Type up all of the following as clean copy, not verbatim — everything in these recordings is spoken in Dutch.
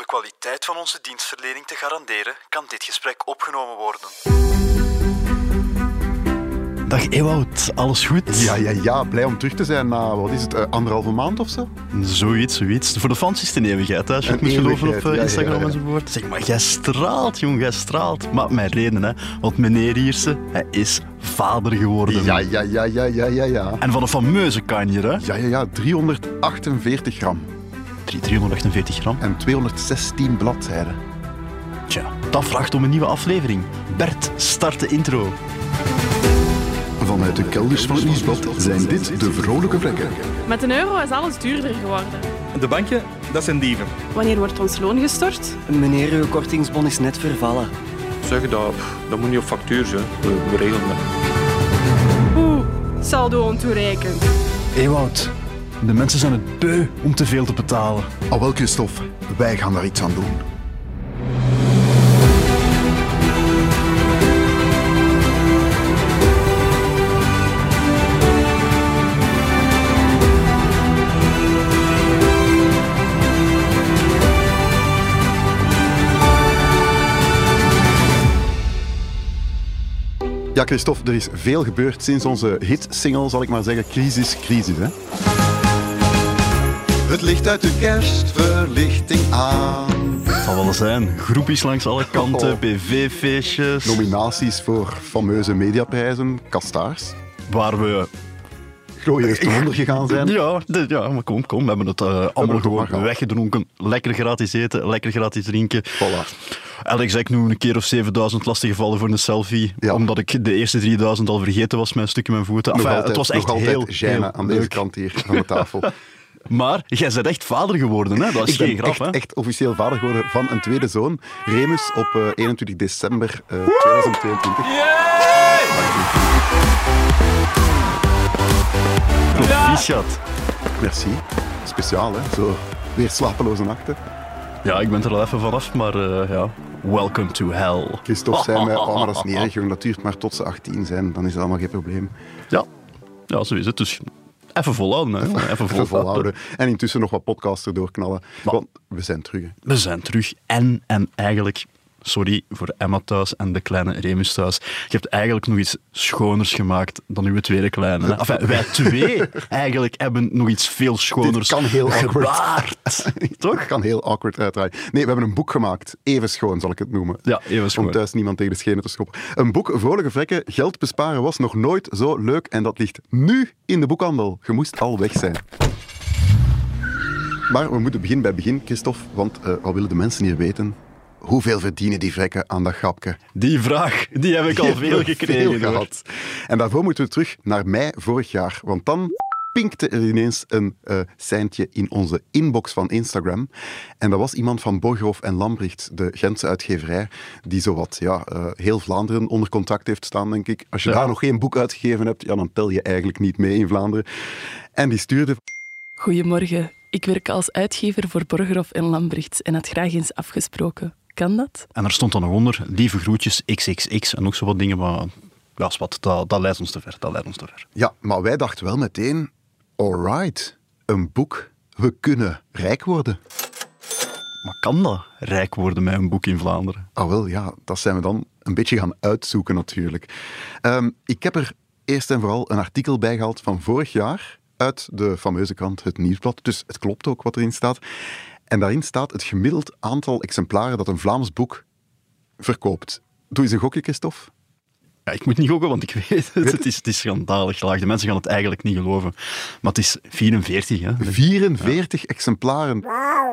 kwaliteit van onze dienstverlening te garanderen, kan dit gesprek opgenomen worden. Dag Ewout, alles goed? Ja, blij om terug te zijn na, wat is het, 1,5 maand of zo? Zoiets. Voor de fans is het een eeuwigheid, hè, als je het moet geloven op Instagram enzovoort. Zeg, maar jij straalt, jong, jij straalt. Maar met reden, hè. Want meneer Ierse, hij is vader geworden. Ja. En van een fameuze kanjer, hè? Ja, 348 gram. 348 gram. En 216 bladzijden. Tja, dat vraagt om een nieuwe aflevering. Bert, start de intro. Vanuit de kelders van het Nieuwsblad zijn dit de vrolijke vlekken. Met €1 is alles duurder geworden. De banken, dat zijn dieven. Wanneer wordt ons loon gestort? Meneer, uw kortingsbon is net vervallen. Zeg dat moet niet op factuur zijn. We regelen dat. Saldo ontoereikend. Ewout, de mensen zijn het beu om te veel te betalen. Al wel, Christophe, wij gaan daar iets aan doen. Ja, Christophe, er is veel gebeurd sinds onze hitsingle, zal ik maar zeggen, Crisis, hè? Het licht uit de kerstverlichting aan. Het zal wel eens zijn. Groepjes langs alle kanten, BV-feestjes. Nominaties voor fameuze mediaprijzen, kastaars. Waar we... Glorieus te onder gegaan zijn. Ja, maar kom. We hebben het allemaal gewoon weggedronken. Lekker gratis eten, lekker gratis drinken. Voilà. Alex, ik nu een keer of 7000 lastiggevallen voor een selfie. Ja. Omdat ik de eerste 3000 al vergeten was met een stukje mijn voeten. Nog altijd, het was echt heel gêne aan deze kant hier van de tafel. Maar jij bent echt vader geworden, hè? Dat is geen grap, hè? Echt officieel vader geworden van een tweede zoon. Remus op 21 december 2022. Proficiat. Merci. Speciaal, hè? Zo weer slapeloze nachten. Ja, ik ben er al even vanaf, maar ja. Welcome to hell. Christophe zei mij, maar dat is niet erg, jong. Dat duurt maar tot ze 18 zijn. Dan is dat allemaal geen probleem. Ja, zo is het. Dus even volhouden, hè. Even volhouden. En intussen nog wat podcasts erdoor knallen. Want we zijn terug. Hè. We zijn terug. En eigenlijk... Sorry voor Emma thuis en de kleine Remus thuis. Je hebt eigenlijk nog iets schoners gemaakt dan uw tweede kleine. Hè? Enfin, wij twee eigenlijk hebben nog iets veel schoners Dit kan heel gebaard. Toch? Kan heel awkward uitdraaien. Nee, we hebben een boek gemaakt. Even schoon, zal ik het noemen. Ja, even schoon. Om thuis niemand tegen de schenen te schoppen. Een boek, Vrolijke Vlekken, geld besparen was nog nooit zo leuk. En dat ligt nu in de boekhandel. Je moest al weg zijn. Maar we moeten beginnen bij begin, Christophe. Want wat willen de mensen hier weten? Hoeveel verdienen die vrekken aan dat grapje? Die vraag, die heb ik al veel gekregen. Veel gehad. En daarvoor moeten we terug naar mei vorig jaar. Want dan pinkte er ineens een seintje in onze inbox van Instagram. En dat was iemand van Borgerhoff en Lambrecht, de Gentse uitgeverij, die zowat heel Vlaanderen onder contract heeft staan, denk ik. Als je daar nog geen boek uitgegeven hebt, dan tel je eigenlijk niet mee in Vlaanderen. En die stuurde... Goedemorgen. Ik werk als uitgever voor Borgerhoff en Lambrecht en had graag eens afgesproken. Kan dat? En er stond dan nog onder, lieve groetjes, XXX en nog zo wat dingen, maar ja, dat leidt ons te ver. Ja, maar wij dachten wel meteen, alright, een boek, we kunnen rijk worden. Maar kan dat, rijk worden met een boek in Vlaanderen? Ah wel, ja, dat zijn we dan een beetje gaan uitzoeken natuurlijk. Ik heb er eerst en vooral een artikel bij gehaald van vorig jaar uit de fameuze krant Het Nieuwsblad, dus het klopt ook wat erin staat. En daarin staat het gemiddeld aantal exemplaren dat een Vlaams boek verkoopt. Doe eens een gokje, Christophe. Ja, ik moet niet gokken, want ik weet het. Het is schandalig laag. De mensen gaan het eigenlijk niet geloven. Maar het is 44, hè. 44 exemplaren.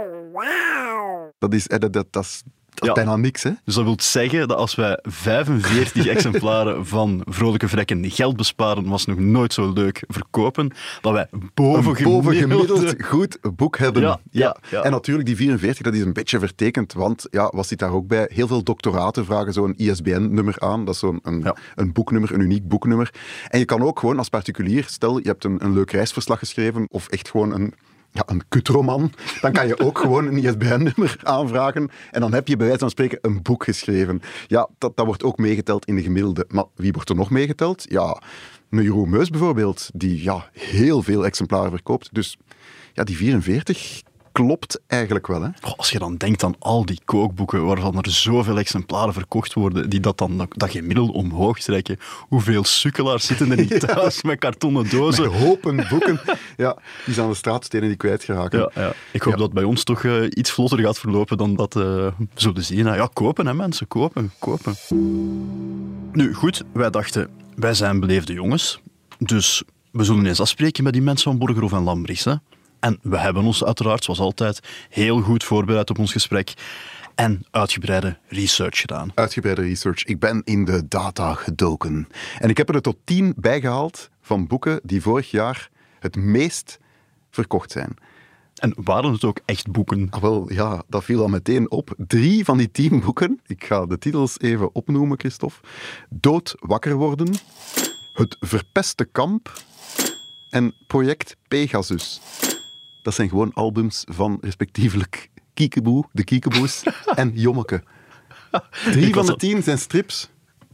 Dat is bijna niks, hè? Dus dat wil zeggen dat als wij 45 exemplaren van Vrolijke Vlekken geld besparen, was nog nooit zo leuk verkopen, dat wij bovengemiddeld goed boek hebben. Ja. En natuurlijk, die 44, dat is een beetje vertekend, want wat zit daar ook bij? Heel veel doctoraten vragen zo'n ISBN-nummer aan. Dat is zo'n een boeknummer, een uniek boeknummer. En je kan ook gewoon als particulier, stel je hebt een leuk reisverslag geschreven, of echt gewoon een kutroman, dan kan je ook gewoon een ISBN-nummer aanvragen en dan heb je bij wijze van spreken een boek geschreven. Ja, dat wordt ook meegeteld in de gemiddelde. Maar wie wordt er nog meegeteld? Ja, een Jeroen Meus bijvoorbeeld, die heel veel exemplaren verkoopt. Dus ja, die 44 klopt eigenlijk wel, hè? Als je dan denkt aan al die kookboeken waarvan er zoveel exemplaren verkocht worden, die dat dan dat gemiddeld omhoog trekken. Hoeveel sukkelaars zitten er niet thuis met kartonnen dozen? Met hopen boeken. Ja, die zijn aan de straatstenen die kwijtgeraken. Ja. Ik hoop dat het bij ons toch iets vlotter gaat verlopen dan dat we zullen zien. Ja, kopen hè mensen, kopen. Nu, goed, wij dachten, wij zijn beleefde jongens, dus we zullen eens afspreken met die mensen van Borgerhof en Lambrechts. Hè? En we hebben ons uiteraard, zoals altijd, heel goed voorbereid op ons gesprek en uitgebreide research gedaan. Uitgebreide research. Ik ben in de data gedoken. En ik heb er tot 10 bijgehaald van boeken die vorig jaar het meest verkocht zijn. En waren het ook echt boeken? Wel, ja, dat viel al meteen op. 3 van die 10 boeken, ik ga de titels even opnoemen, Christophe. Dood wakker worden, Het verpeste kamp en Project Pegasus. Dat zijn gewoon albums van respectievelijk Kiekeboe, de Kiekeboes en Jommeke. 3 van de 10 zijn strips.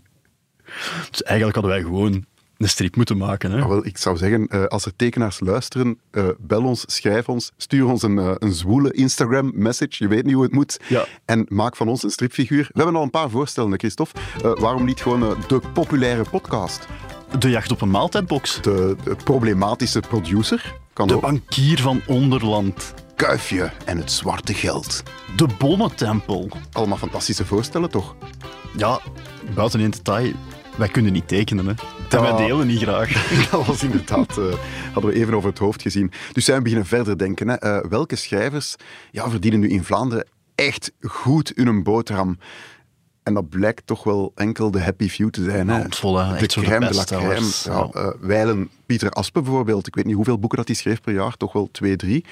Dus eigenlijk hadden wij gewoon een strip moeten maken. Hè? Wel, ik zou zeggen, als er tekenaars luisteren, bel ons, schrijf ons, stuur ons een zwoele Instagram-message, je weet niet hoe het moet, en maak van ons een stripfiguur. We hebben al een paar voorstellen, Christophe. Waarom niet gewoon de populaire podcast? De jacht op een maaltijdbox. De problematische producer. Kan de ook. bankier van Onderland. Kuifje en het zwarte geld. De Bonnetempel. Allemaal fantastische voorstellen, toch? Ja, buiten één detail. Wij kunnen niet tekenen, hè. En wij delen niet graag. Dat was inderdaad, hadden we even over het hoofd gezien. Dus zijn we beginnen verder denken. Hè. Welke schrijvers verdienen nu in Vlaanderen echt goed hun boterham? En dat blijkt toch wel enkel de Happy Few te zijn. Hè. Handvol, hè. De crème de la crème. Ja, wijlen Pieter Aspe bijvoorbeeld. Ik weet niet hoeveel boeken dat hij schreef per jaar. Toch wel 2, 3.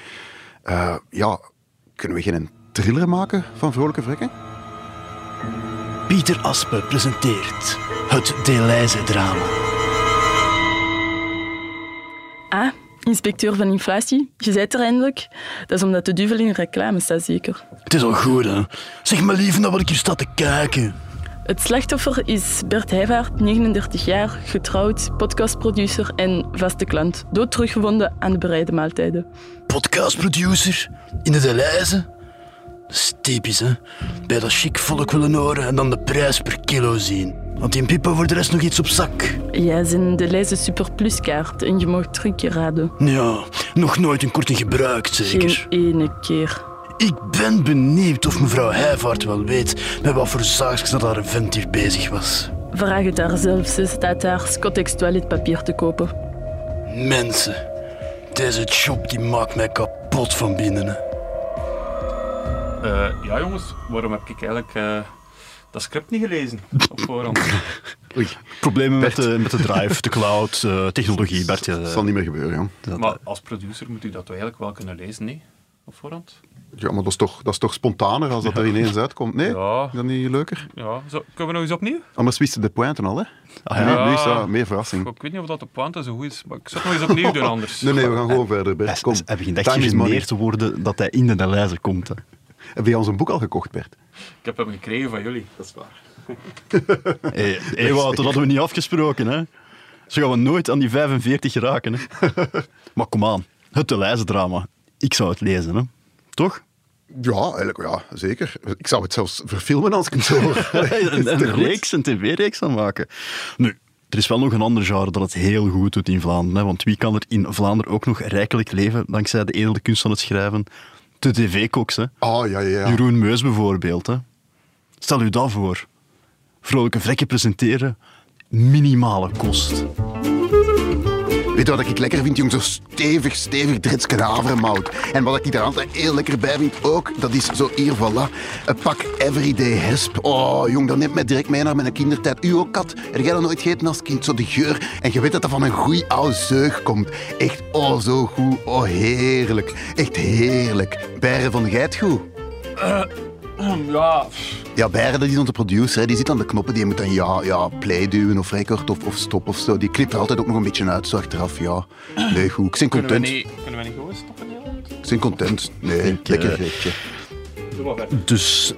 Kunnen we geen thriller maken van Vrolijke Vrekken? Pieter Aspe presenteert het Deleuze-drama. Ah, inspecteur van inflatie, je zei het er eindelijk. Dat is omdat de duvel in reclame staat, zeker. Het is al goed, hè. Zeg maar lief naar wat ik hier sta te kijken. Het slachtoffer is Bert Heijvaart, 39 jaar, getrouwd, podcastproducer en vaste klant. Dood teruggevonden aan de bereide maaltijden. Podcastproducer in de Deleuze? Dat is typisch, hè. Bij dat chic volk willen horen en dan de prijs per kilo zien. Want in Pippa voor de rest nog iets op zak. Ja, zijn de Deleuze Super Plus kaart en je mag terugraden. Ja, nog nooit een korting gebruikt, zeker? Geen ene keer. Ik ben benieuwd of mevrouw Heijvaart wel weet met wat voor zaakjes dat haar vent hier bezig was. Vraag het haar zelf, ze staat daar Scottex toiletpapier te kopen. Mensen, deze job die maakt mij kapot van binnen. Hè. Ja jongens, waarom heb ik eigenlijk dat script niet gelezen op voorhand? Oei. Problemen met de drive, de cloud, technologie, Bert. Dat zal niet meer gebeuren, ja. Maar als producer moet ik dat toch eigenlijk wel kunnen lezen, nee? Op voorhand? Ja, maar dat is toch spontaner als dat er ineens uitkomt? Nee? Ja. Is dat niet leuker? Ja, kunnen we nog eens opnieuw? Anders wisten de pointen al, hè? Ja. Nu is dat meer verrassing. Ik weet niet of dat de pointe zo goed is, maar ik zal het nog eens opnieuw doen anders. Nee, we gaan gewoon verder, Bert. Kom. Hij begint echt Time is money. gegeneerd te worden dat hij in de Deleuze komt. Hè. Heb je ons een boek al gekocht, Bert? Ik heb hem gekregen van jullie, dat is waar. Wout, dat hadden we niet afgesproken. Hè. Zo gaan we nooit aan die 45 raken. Hè. Maar kom aan, het Deleuze-drama. Ik zou het lezen, hè. Toch? Ja, eigenlijk, ja, zeker. Ik zou het zelfs verfilmen als ik het zo hoor. een reeks, een tv-reeks aan maken. Nu, er is wel nog een ander genre dat het heel goed doet in Vlaanderen. Hè, want wie kan er in Vlaanderen ook nog rijkelijk leven dankzij de edele kunst van het schrijven? De tv-koks, hè. Oh, ja. Jeroen Meus bijvoorbeeld. Hè. Stel u dat voor. Vrolijke Vrekken presenteren, minimale kost. Weet je wat ik lekker vind, jong? Zo stevig Dritsken havermout. En wat ik daar altijd heel lekker bij vind ook, dat is zo hier, voilà, een pak Everyday Hesp. Oh, jong, dat neemt mij direct mee naar mijn kindertijd. U ook, kat? Heb jij dat nooit gegeten als kind? Zo de geur. En je weet dat dat van een goeie oude zeug komt. Echt, oh, zo goed. Oh, heerlijk. Echt heerlijk. Beiren van Geitgoed. Ja. Ja, Beiren, dat is onze producer. Hè. Die zit aan de knoppen. Die moet dan play duwen of record of stop of zo. Die knipt er altijd ook nog een beetje uit, zo achteraf. Ja, nee, goed. Ik ben content. Kunnen we niet gewoon stoppen, Nederland? Ik ben content. Nee, lekker geitje. Doe maar verder. Dus,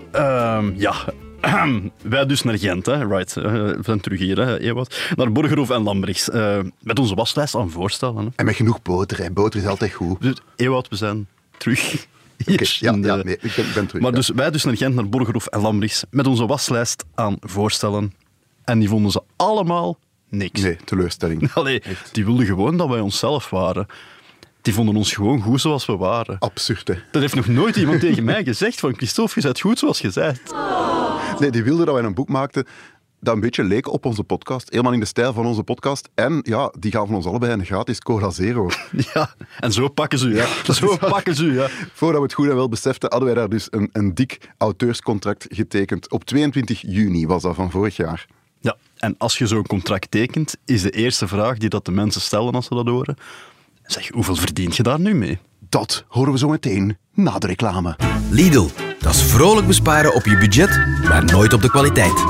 wij dus naar Gent, hè. Right. We zijn terug hier, hè, Ewout. Naar Borgerhof en Lambrechts. Met onze waslijst aan voorstellen. Hè. En met genoeg boter. Hè. Boter is altijd goed. Dus, Ewout, we zijn terug hier. Ja, nee, ik ben terug. Maar ja. dus, wij dus naar Gent, naar Borgerhof en Lambrechts met onze waslijst aan voorstellen. En die vonden ze allemaal niks. Nee, teleurstelling. Allee, die wilden gewoon dat wij onszelf waren. Die vonden ons gewoon goed zoals we waren. Absurd, hè. Dat heeft nog nooit iemand tegen mij gezegd van Christophe, je bent goed zoals je bent. Nee, die wilden dat wij een boek maakten dat een beetje leek op onze podcast. Helemaal in de stijl van onze podcast. En ja, die gaven ons allebei een gratis Cola Zero. Ja, en zo pakken ze u. Ja. Zo pakken ze u, ja. Voordat we het goed en wel beseften, hadden wij daar dus een dik auteurscontract getekend. Op 22 juni was dat van vorig jaar. Ja, en als je zo'n contract tekent, is de eerste vraag die dat de mensen stellen als ze dat horen, zeg, hoeveel verdient je daar nu mee? Dat horen we zo meteen na de reclame. Lidl, dat is vrolijk besparen op je budget, maar nooit op de kwaliteit.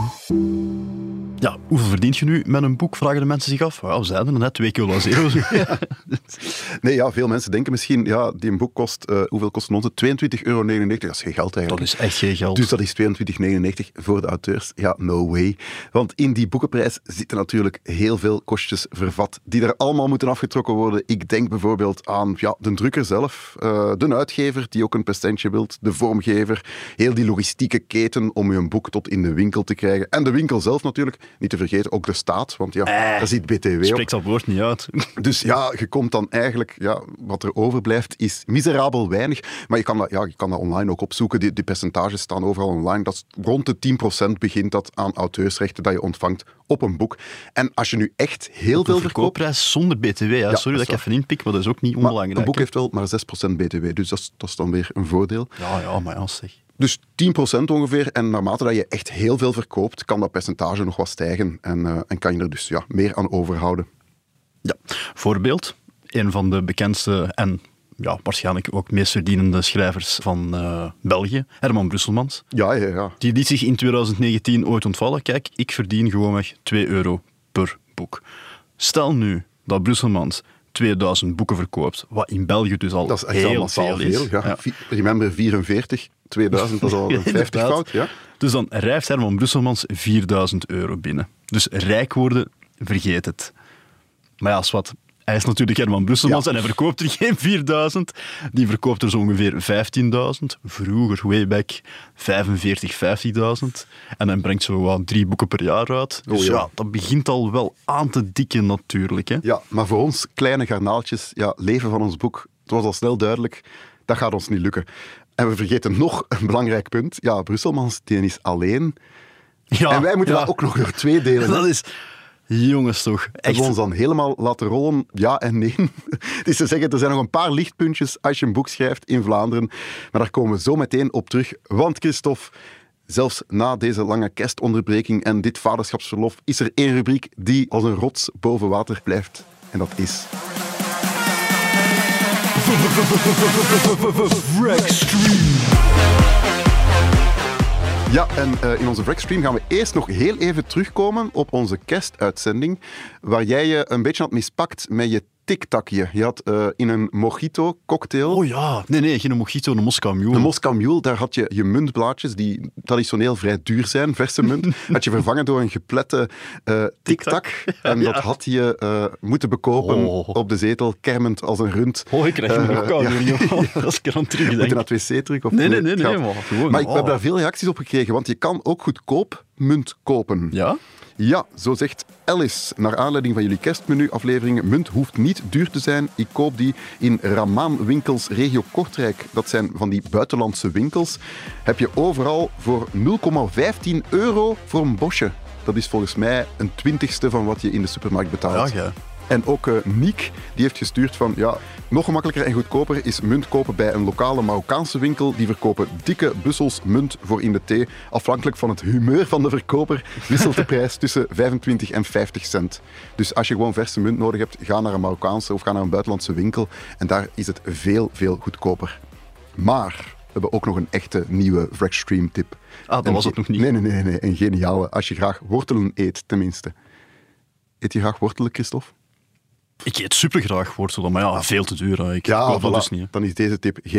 Ja, hoeveel verdient je nu met een boek, vragen de mensen zich af. We zeiden er net 2 Cola Zero's. Nee, ja, veel mensen denken misschien, ja, die een boek kost, hoeveel kost ons het? €22,99. Dat is geen geld eigenlijk. Dat is echt geen geld. Dus dat is €22,99 voor de auteurs. Ja, no way. Want in die boekenprijs zitten natuurlijk heel veel kostjes vervat, die er allemaal moeten afgetrokken worden. Ik denk bijvoorbeeld aan de drukker zelf, de uitgever die ook een percentje wilt, de vormgever, heel die logistieke keten om je een boek tot in de winkel te krijgen. En de winkel zelf natuurlijk, niet te vergeten, ook de staat, want ja, daar zit BTW op. Spreekt dat woord niet uit. Dus ja, je komt dan eigenlijk, ja, wat er overblijft is miserabel weinig. Maar je kan dat online ook opzoeken. Die percentages staan overal online. Dat is rond de 10% begint dat aan auteursrechten dat je ontvangt op een boek. En als je nu echt heel veel verkoopt... Verkoopprijs zonder BTW. Ja, sorry dat ik even inpik, maar dat is ook niet onbelangrijk. Een boek heeft wel maar 6% BTW, dus dat is dan weer een voordeel. Ja, maar ja, zeg. Dus 10% ongeveer. En naarmate dat je echt heel veel verkoopt, kan dat percentage nog wat stijgen. En kan je er dus meer aan overhouden. Ja, voorbeeld. Een van de bekendste en waarschijnlijk ook meest verdienende schrijvers van België, Herman Brusselmans. Ja. Die liet zich in 2019 ooit ontvallen. Kijk, ik verdien gewoonweg €2 per boek. Stel nu dat Brusselmans 2000 boeken verkoopt, wat in België dus al dat is echt heel massaal veel is. Ja. Remember 44, 2000, dat is al een 50 fout. Ja? Dus dan rijft Herman Brusselmans €4000 binnen. Dus rijk worden, vergeet het. Maar ja, wat... Hij is natuurlijk Herman Brusselmans en hij verkoopt er geen 4000. Die verkoopt er zo ongeveer 15.000. Vroeger, way back, 50.000. En hij brengt zo wat 3 boeken per jaar uit. Dus dat begint al wel aan te dikken natuurlijk. Hè. Ja, maar voor ons, kleine garnaaltjes, leven van ons boek, het was al snel duidelijk, dat gaat ons niet lukken. En we vergeten nog een belangrijk punt. Ja, Brusselmans, die is alleen. Ja, en wij moeten dat ook nog door 2 delen. Dat is... Jongens toch. Echt. Hebben we ons dan helemaal laten rollen? Ja en nee. Het is te zeggen, er zijn nog een paar lichtpuntjes als je een boek schrijft in Vlaanderen. Maar daar komen we zo meteen op terug. Want Christophe, zelfs na deze lange kerstonderbreking en dit vaderschapsverlof is er 1 rubriek die als een rots boven water blijft. En dat is... Wreckstream. Ja, en in onze Wreckstream gaan we eerst nog heel even terugkomen op onze kerstuitzending, waar jij je een beetje had mispakt met je tiktakje. Je had in een mojito cocktail... Oh ja, nee, geen mojito, een Moskou Mule. Een Moskou Mule, daar had je muntblaadjes, die traditioneel vrij duur zijn, verse munt, had je vervangen door een geplette tiktak. En dat had je moeten bekopen op de zetel, kermend als een rund. Oh, ik krijg hem nog koud. Als ik er aan terugdenk. Moet je naar het wc terug? Of Nee, maar gewoon. Maar ik heb daar veel reacties op gekregen, want je kan ook goedkoop munt kopen. Ja? Ja, zo zegt Alice, naar aanleiding van jullie kerstmenu-afleveringen. Munt hoeft niet duur te zijn. Ik koop die in Ramaan-winkels regio Kortrijk. Dat zijn van die buitenlandse winkels. Heb je overal voor €0,15 voor een bosje. Dat is volgens mij een 20ste van wat je in de supermarkt betaalt. Ja. En ook Niek, die heeft gestuurd van... Ja, nog gemakkelijker en goedkoper is munt kopen bij een lokale Marokkaanse winkel. Die verkopen dikke bussels munt voor in de thee. Afhankelijk van het humeur van de verkoper wisselt de prijs tussen 25 en 50 cent. Dus als je gewoon verse munt nodig hebt, ga naar een Marokkaanse of ga naar een buitenlandse winkel. En daar is het veel, veel goedkoper. Maar we hebben ook nog een echte nieuwe Wreckstream tip. Ah, dat was het nog niet. Nee, een geniale. Als je graag wortelen eet, tenminste. Eet je graag wortelen, Christophe? Ik eet supergraag wortelen, maar veel te duur. Ik koop dat dus niet. Dan is deze tip geniaal.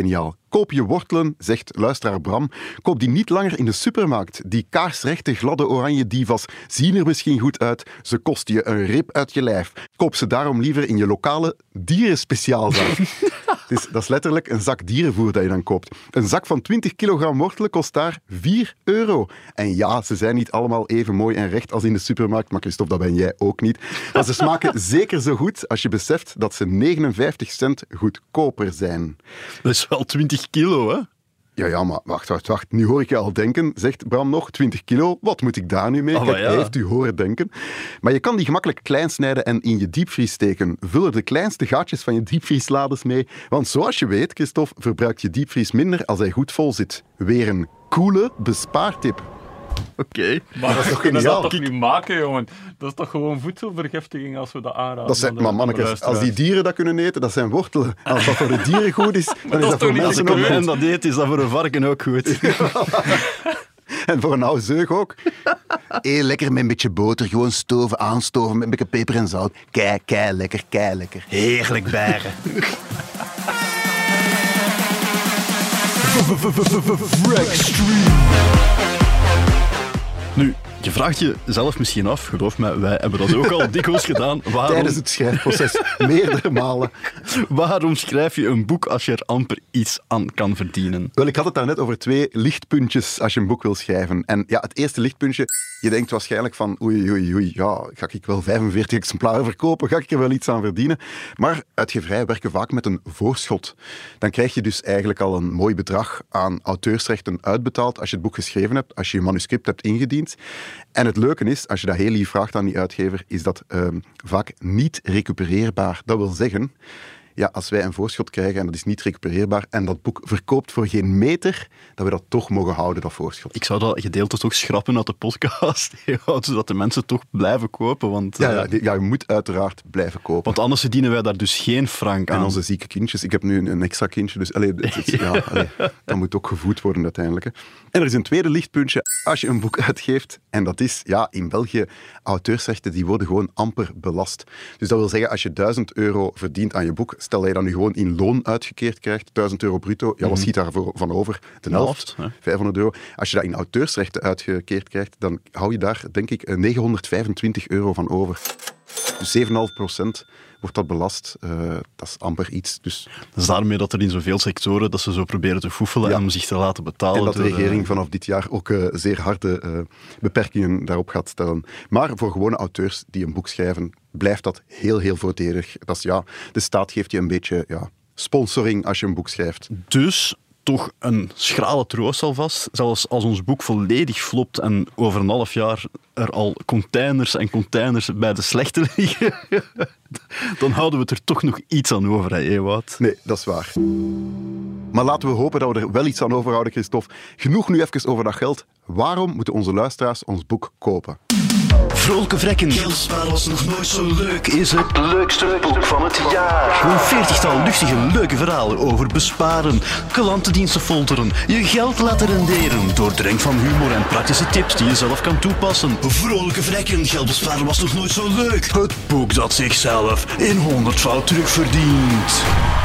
Koop je wortelen, zegt luisteraar Bram. Koop die niet langer in de supermarkt. Die kaarsrechte, gladde oranje divas zien er misschien goed uit. Ze kosten je een rib uit je lijf. Koop ze daarom liever in je lokale dierenspeciaalzaak. Dus dat is letterlijk een zak dierenvoer dat je dan koopt. Een zak van 20 kilogram wortelen kost daar €4. En ja, ze zijn niet allemaal even mooi en recht als in de supermarkt, maar Christophe, dat ben jij ook niet. Maar ze smaken zeker zo goed als je beseft dat ze 59 cent goedkoper zijn. Dat is wel 20 kilo, hè? Ja, maar wacht. Nu hoor ik je al denken, zegt Bram nog, 20 kilo, wat moet ik daar nu mee? Kijk, hij heeft u horen denken. Maar je kan die gemakkelijk klein snijden en in je diepvries steken. Vul er de kleinste gaatjes van je diepvrieslades mee. Want zoals je weet, Christophe, verbruikt je diepvries minder als hij goed vol zit. Weer een coole bespaartip. Oké. Maar dat is toch kunnen geniaal? dat toch niet maken, jongen? Dat is toch gewoon voedselvergiftiging als we dat aanraden? Dat zijn, maar mannetjes, als die dieren dat kunnen eten, dat zijn wortelen. Als dat voor de dieren goed is, dan is dat voor mensen ook En goed. dat eet is dat voor een varken ook goed. En voor een oude zeug ook. Lekker met een beetje boter, gewoon stoven, aanstoven met een beetje peper en zout. Kei lekker. Heerlijk baren. Nu, je vraagt je zelf misschien af, geloof me, wij hebben dat ook al dikwijls gedaan. Tijdens het schrijfproces, meerdere malen. Waarom schrijf je een boek als je er amper iets aan kan verdienen? Wel, ik had het daarnet over 2 lichtpuntjes als je een boek wil schrijven. En ja, het eerste lichtpuntje, je denkt waarschijnlijk van oei, ja, ga ik wel 45 exemplaren verkopen? Ga ik er wel iets aan verdienen? Maar uitgeverijen werken vaak met een voorschot. Dan krijg je dus eigenlijk al een mooi bedrag aan auteursrechten uitbetaald als je het boek geschreven hebt, als je je manuscript hebt ingediend. En het leuke is, als je dat heel lief vraagt aan die uitgever, is dat vaak niet recupereerbaar. Dat wil zeggen, ja, als wij een voorschot krijgen en dat is niet recupereerbaar en dat boek verkoopt voor geen meter, dat we dat toch mogen houden, dat voorschot. Ik zou dat gedeelte toch schrappen uit de podcast, zodat de mensen toch blijven kopen. Want, Ja, je moet uiteraard blijven kopen. Want anders verdienen wij daar dus geen frank aan. En onze zieke kindjes. Ik heb nu een extra kindje, dus dat moet ook gevoed worden uiteindelijk. Hè. En er is een tweede lichtpuntje als je een boek uitgeeft. En dat is, ja, in België, auteursrechten die worden gewoon amper belast. Dus dat wil zeggen, als je €1000 verdient aan je boek, stel dat je dat nu gewoon in loon uitgekeerd krijgt, €1000 bruto, ja, wat schiet daarvoor van over? De helft, €500. Als je dat in auteursrechten uitgekeerd krijgt, dan hou je daar, denk ik, €925 van over. Dus 7,5% wordt dat belast. Dat is amper iets. Dus dat is daarmee dat er in zoveel sectoren dat ze zo proberen te foefelen om zich te laten betalen. En dat de regering vanaf dit jaar ook zeer harde beperkingen daarop gaat stellen. Maar voor gewone auteurs die een boek schrijven, blijft dat heel voordelig. Dat is, de staat geeft je een beetje sponsoring als je een boek schrijft. Dus toch een schrale troost alvast. Zelfs als ons boek volledig flopt en over een half jaar er al containers en containers bij de slechte liggen, dan houden we het er toch nog iets aan over, hè, Ewout? Nee, dat is waar. Maar laten we hopen dat we er wel iets aan overhouden, Christophe. Genoeg nu even over dat geld. Waarom moeten onze luisteraars ons boek kopen? Vrolijke Vrekken. Geldsparen was nog nooit zo leuk. Is het leukste boek van het jaar. Een 40-tal luchtige, leuke verhalen over besparen, klantendiensten folteren, je geld laten renderen, doordrenkt van humor en praktische tips die je zelf kan toepassen. Vrolijke Vrekken. Geld besparen was nog nooit zo leuk. Het boek dat zichzelf in 100-voud terugverdient.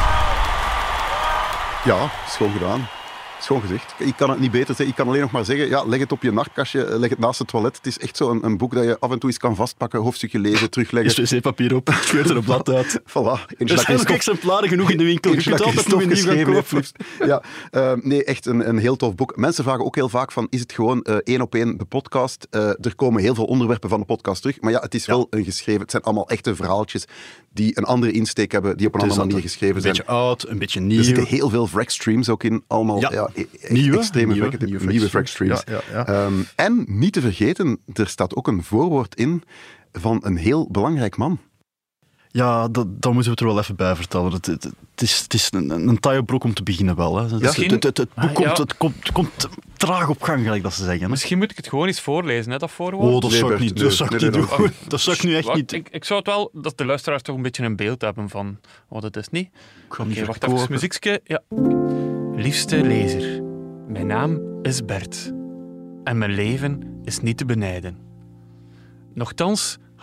Ja, schoon gedaan. Schoon gezegd. Ik kan het niet beter zeggen. Ik kan alleen nog maar zeggen, leg het op je nachtkastje, leg het naast het toilet. Het is echt zo een boek dat je af en toe eens kan vastpakken, hoofdstukje lezen, terugleggen. Is wc-papier op, scheurt er een blad uit. Voilà. Er zijn ook exemplaren genoeg in de winkel. Je kunt altijd nog een nieuw gaan kopen. Ja, nee, echt een heel tof boek. Mensen vragen ook heel vaak van, is het gewoon 1-op-1 de podcast? Er komen heel veel onderwerpen van de podcast terug, maar ja, het is wel een geschreven. Het zijn allemaal echte verhaaltjes die een andere insteek hebben, die op een andere manier geschreven zijn. Een beetje oud, een beetje nieuw. Er zitten heel veel Vrac-streams ook in. Allemaal nieuwe Vrac-streams. Ja. En niet te vergeten, er staat ook een voorwoord in van een heel belangrijk man. Ja, dat moeten we er wel even bij vertellen. Het is een taaie brok om te beginnen wel. Hè. Het komt traag op gang, gelijk dat ze zeggen. Hè. Misschien moet ik het gewoon eens voorlezen, hè, dat voorwoord. Oh, dat zou ik niet doen. Dat zou ik nu echt niet... Ik zou het wel, dat de luisteraars toch een beetje een beeld hebben van wat het is, niet? Oké, wacht even, muziekje. Ja. Liefste lezer, mijn naam is Bert. En mijn leven is niet te benijden. Nochtans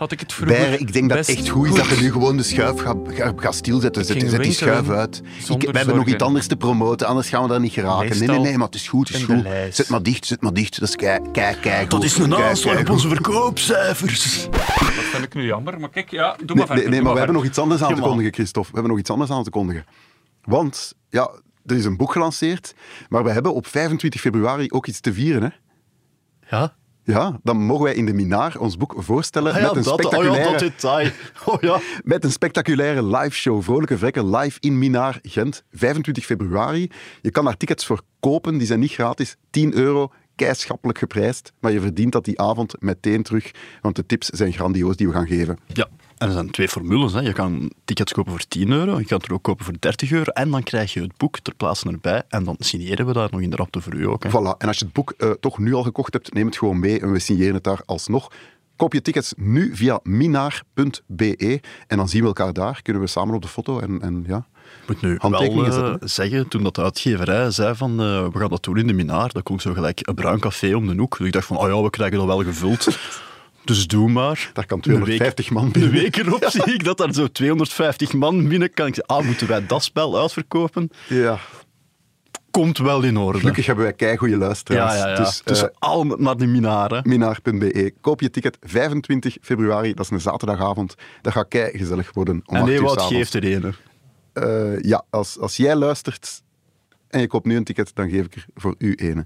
had ik het vroeger Beieren, ik denk dat het best echt goed is dat je nu gewoon de schuif gaat stilzetten. Zet die schuif uit. We hebben nog iets anders te promoten, anders gaan we daar niet geraken. Nee, maar het is goed, het is goed. Zet maar dicht. Dat is kijk. Dat is een aanslag op onze verkoopcijfers. Dat vind ik nu jammer, maar kijk, ja, doe maar verder. Nee, maar we hebben nog iets anders aan te kondigen, Christophe. We hebben nog iets anders aan te kondigen. Want, ja, er is een boek gelanceerd, maar we hebben op 25 februari ook iets te vieren, hè? Ja? Ja, dan mogen wij in de Minaar ons boek voorstellen met een spectaculaire... dat detail. Met een spectaculaire live-show, Vrolijke Vrekken, live in Minaar, Gent, 25 februari. Je kan daar tickets voor kopen, die zijn niet gratis, €10, keischappelijk geprijsd, maar je verdient dat die avond meteen terug, want de tips zijn grandioos die we gaan geven. Ja, en er zijn 2 formules. Hè. Je kan tickets kopen voor €10, je kan het er ook kopen voor €30 en dan krijg je het boek ter plaatse erbij en dan signeren we dat nog in de rapte voor u ook. Hè. Voilà, en als je het boek toch nu al gekocht hebt, neem het gewoon mee en we signeren het daar alsnog. Koop je tickets nu via minaar.be en dan zien we elkaar daar, kunnen we samen op de foto en ja... Ik moet nu wel zeggen, toen dat de uitgeverij zei van we gaan dat doen in de Minaar, dat kon zo gelijk een bruin café om de hoek. Dus ik dacht van, we krijgen dat wel gevuld. Dus doe maar. Daar kan 250 man binnen. Een week erop zie ik dat daar zo 250 man binnen kan. Ik zeg, moeten wij dat spel uitverkopen? Ja. Komt wel in orde. Gelukkig hebben wij keigoede luisteraars. Ja. Dus allemaal naar de Minaar. Minaar.be. Koop je ticket 25 februari, dat is een zaterdagavond. Dat gaat keigezellig worden. En Ewout geeft er een. Ja, als jij luistert en je koopt nu een ticket, dan geef ik er voor u ene.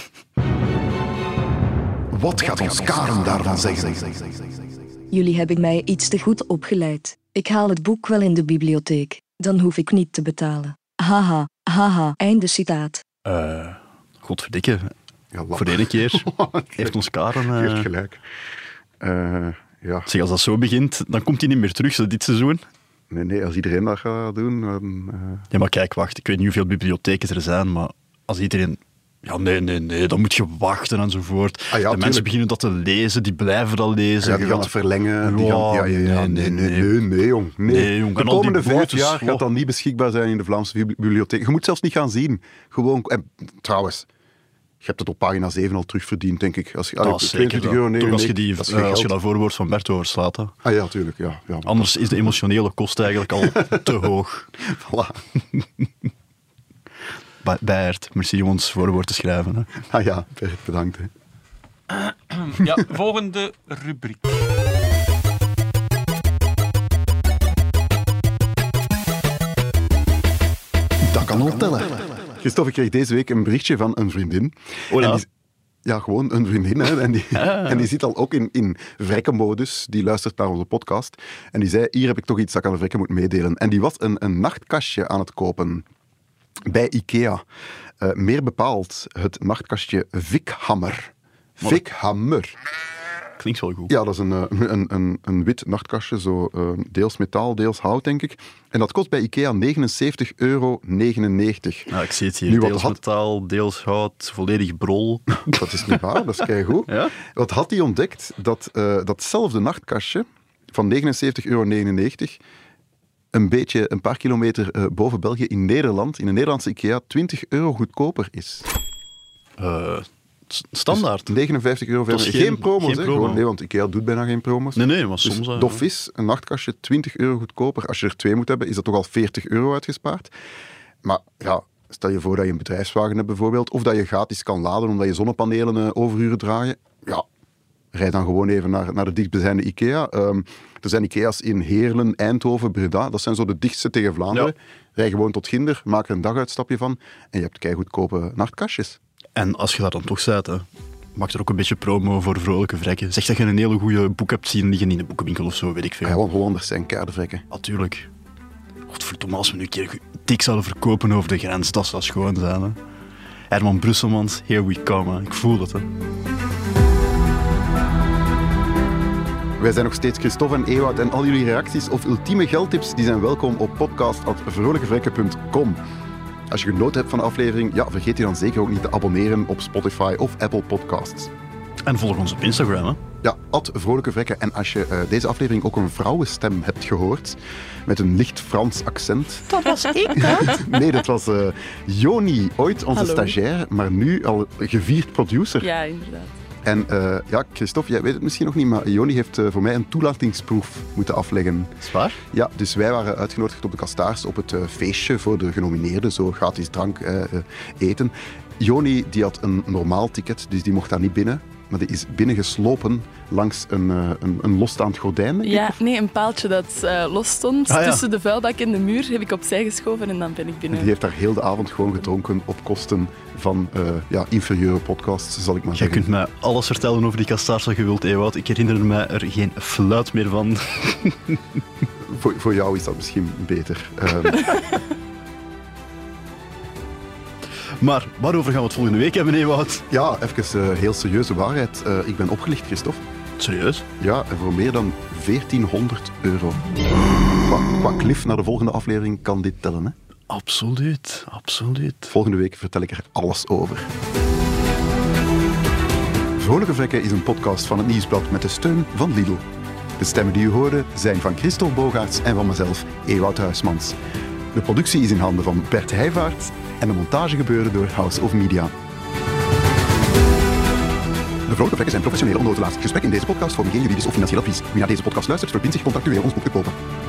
Wat gaat ons Karen daarvan zeggen? Jullie hebben mij iets te goed opgeleid. Ik haal het boek wel in de bibliotheek. Dan hoef ik niet te betalen. Haha, einde citaat. Godverdikke. Ja, voor de ene keer heeft ons Karen... heeft gelijk. Ja. Zeg, als dat zo begint, dan komt hij niet meer terug, dit seizoen. Nee, als iedereen dat gaat doen... Ja, maar kijk, wacht. Ik weet niet hoeveel bibliotheken er zijn, maar als iedereen... Ja, nee, dan moet je wachten enzovoort. De mensen beginnen dat te lezen, die blijven dat lezen. Ja, die gaan het verlengen. Nee, jong. De komende 5 jaar gaat dat niet beschikbaar zijn in de Vlaamse bibliotheek. Je moet zelfs niet gaan zien. Gewoon... trouwens... Je hebt het op pagina 7 al terugverdiend, denk ik. Als je, €22, toch als je dat voorwoord van Bert overslaat. Hè. Ah ja, tuurlijk. Ja. Anders is de emotionele kost eigenlijk al te hoog. Voilà. Bert, merci om ons voorwoord te schrijven. Hè. Ah ja, Bert, bedankt. Hè. Ja, volgende rubriek. Dat kan al tellen. Christophe, ik kreeg deze week een berichtje van een vriendin. Ja, gewoon een vriendin. Hè, en die zit al ook in vrekkenmodus. Die luistert naar onze podcast. En die zei, hier heb ik toch iets dat ik aan de vrekken moet meedelen. En die was een nachtkastje aan het kopen. Bij IKEA. Meer bepaald het nachtkastje Vikhammer. Vikhammer. Klinkt wel goed. Ja, dat is een wit nachtkastje. Zo, deels metaal, deels hout, denk ik. En dat kost bij IKEA €79,99. Ja, ik zie het hier. Deels metaal, deels hout, volledig brol. Dat is niet waar, dat is keigoed. Ja? Wat had hij ontdekt? Dat datzelfde nachtkastje van €79,99... een paar kilometer boven België in Nederland, in een Nederlandse IKEA, €20 goedkoper is. Standaard. Dus €59,95. Geen promo's, hè? Gewoon, nee, want IKEA doet bijna geen promo's. Nee, maar soms... Dus dof is, een nachtkastje €20 goedkoper. Als je er 2 moet hebben, is dat toch al €40 uitgespaard. Maar ja, stel je voor dat je een bedrijfswagen hebt bijvoorbeeld, of dat je gratis kan laden omdat je zonnepanelen overuren draaien. Ja, rijd dan gewoon even naar de dichtstbijzijnde IKEA. Er zijn IKEA's in Heerlen, Eindhoven, Breda. Dat zijn zo de dichtste tegen Vlaanderen. Ja. Rij gewoon tot Ginder, maak er een daguitstapje van en je hebt keigoedkope nachtkastjes. En als je daar dan toch bent, maak er ook een beetje promo voor Vrolijke Vrekken. Zeg dat je een hele goede boek hebt zien liggen in de boekenwinkel of zo, weet ik veel. Ja, want Hollanders zijn keiharde vrekken. Natuurlijk. Godverdomme, als we nu een keer dik zouden verkopen over de grens, dat zou schoon zijn. Hè. Herman Brusselmans, here we come. Hè. Ik voel het. Hè. Wij zijn nog steeds Christophe en Ewout en al jullie reacties of ultieme geldtips die zijn welkom op podcast@vrolijkevrekken.com. Als je genoten hebt van de aflevering, vergeet je dan zeker ook niet te abonneren op Spotify of Apple Podcasts. En volg ons op Instagram, hè? Ja, @vrolijkevrekken. En als je deze aflevering ook een vrouwenstem hebt gehoord, met een licht Frans accent... Dat was ik, dat? Nee, dat was Joni, ooit onze stagiair, maar nu al gevierd producer. Ja, inderdaad. En Christophe, jij weet het misschien nog niet, maar Joni heeft voor mij een toelatingsproef moeten afleggen. Is waar? Ja, dus wij waren uitgenodigd op de Kastaars op het feestje voor de genomineerden, zo gratis drank, eten. Joni die had een normaal ticket, dus die mocht daar niet binnen. Maar die is binnengeslopen langs een losstaand gordijn. Een paaltje dat los stond. Tussen de vuilbak en de muur heb ik opzij geschoven en dan ben ik binnen. Die heeft daar heel de avond gewoon gedronken op kosten van inferieure podcasts, zal ik maar zeggen. Je kunt mij alles vertellen over die Kastaars wat je wilt, Ewout. Ik herinner me er geen fluit meer van. Voor jou is dat misschien beter. Maar waarover gaan we het volgende week hebben, Ewout? Ja, even heel serieuze waarheid. Ik ben opgelicht, Christophe. Serieus? Ja, en voor meer dan €1400. Qua cliff naar de volgende aflevering kan dit tellen, hè? Absoluut. Volgende week vertel ik er alles over. Vrolijke Vrekken is een podcast van het Nieuwsblad met de steun van Lidl. De stemmen die u hoorde zijn van Christophe Bogaerts en van mezelf, Ewout Huismans. De productie is in handen van Bert Heijvaart en de montage gebeurde door House of Media. De Vrolijke Vrekken zijn professionele onnotelaars. Gesprek in deze podcast vormen geen juridisch of financieel advies. Wie naar deze podcast luistert, verbindt zich contractueel ons boek te kopen.